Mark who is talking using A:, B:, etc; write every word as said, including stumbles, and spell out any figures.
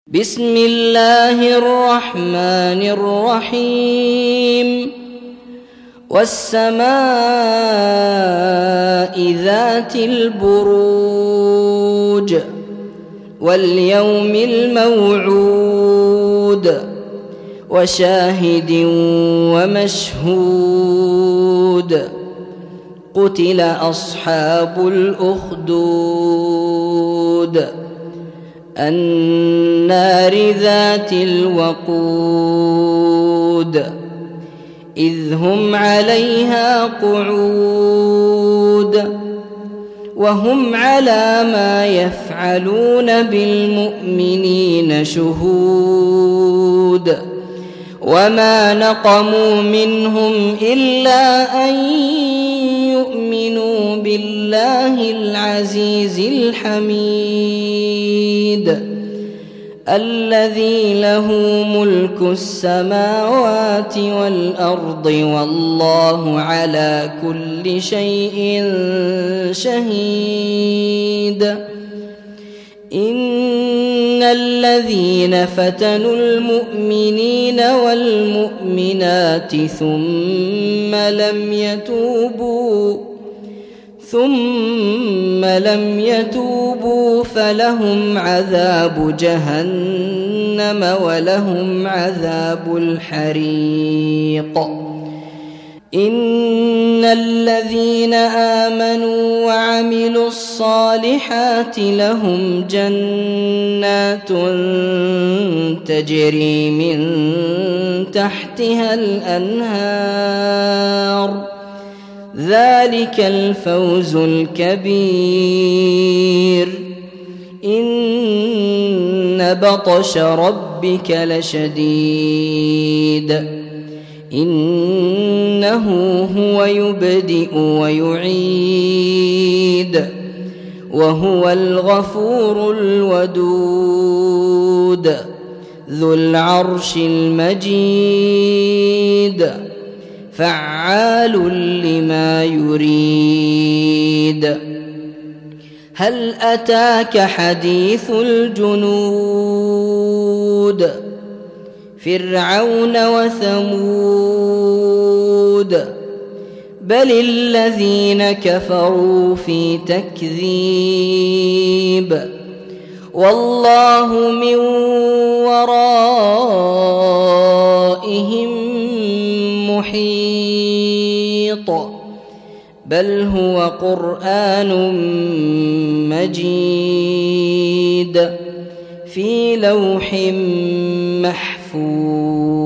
A: بسم الله الرحمن الرحيم والسماء ذات البروج واليوم الموعود وشاهد ومشهود قتل أصحاب الأخدود النار ذات الوقود إذ هم عليها قعود وهم على ما يفعلون بالمؤمنين شهود وما نقموا منهم إلا أن يؤمنوا بالله العزيز الحميد الذي له ملك السماوات والأرض والله على كل شيء شهيد إن الذين فتنوا المؤمنين والمؤمنات ثم لم يتوبوا ثم لم يتوبوا فلهم عذاب جهنم ولهم عذاب الحريق إن الذين آمنوا وعملوا الصالحات لهم جنات تجري من تحتها الأنهار ذلك الفوز الكبير إن بطش ربك لشديد إنه هو يبدئ ويعيد وهو الغفور الودود ذو العرش المجيد فعال لما يريد هل أتاك حديث الجنود فرعون وثمود بل الذين كفروا في تكذيب والله من ورائهم محيط بل هو قرآن مجيد في لوح محفوظ.